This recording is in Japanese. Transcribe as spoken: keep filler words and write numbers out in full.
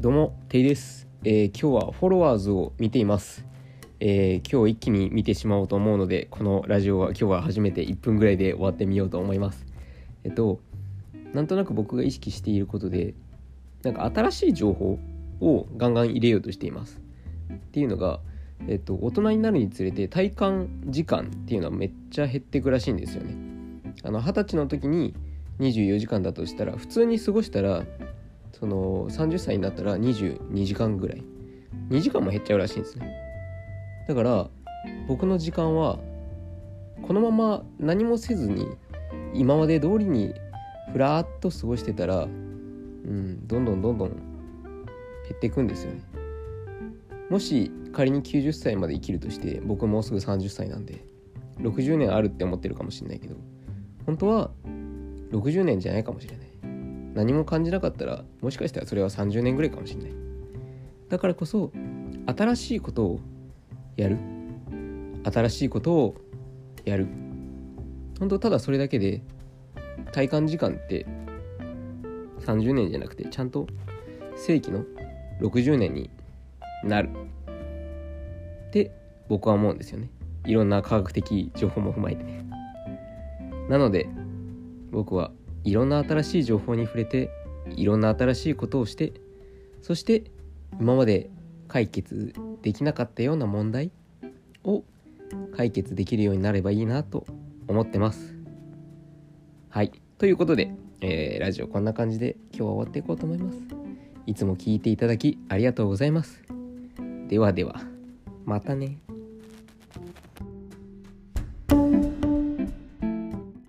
どうもテイです、えー、今日はフォロワーズを見ています、えー、今日一気に見てしまおうと思うので、このラジオは今日は初めていっぷんぐらいで終わってみようと思います。えっとなんとなく僕が意識していることで、なんか新しい情報をガンガン入れようとしていますっていうのが、えっと大人になるにつれて体感時間っていうのはめっちゃ減っていくらしいんですよね。あの二十歳の時ににじゅうよじかんだとしたら、普通に過ごしたらそのさんじゅっさいになったらにじゅうにじかんぐらい、にじかんも減っちゃうらしいんですね。だから僕の時間はこのまま何もせずに今まで通りにふらーっと過ごしてたら、うん、どんどんどんどん減っていくんですよね。もし仮にきゅうじゅっさいまで生きるとして、僕もうすぐさんじゅっさいなんでろくじゅうねんあるって思ってるかもしれないけど、本当はろくじゅうねんじゃないかもしれない。何も感じなかったら、もしかしたらそれはさんじゅうねんぐらいかもしれない。だからこそ新しいことをやる新しいことをやる本当ただそれだけで体感時間ってさんじゅうねんじゃなくて、ちゃんと世紀のろくじゅうねんになるって僕は思うんですよね。いろんな科学的情報も踏まえてね。なので僕はいろんな新しい情報に触れて、いろんな新しいことをして、そして今まで解決できなかったような問題を解決できるようになればいいなと思ってます。はい、ということで、えー、ラジオこんな感じで今日は終わっていこうと思います。いつも聞いていただきありがとうございます。ではでは、またね。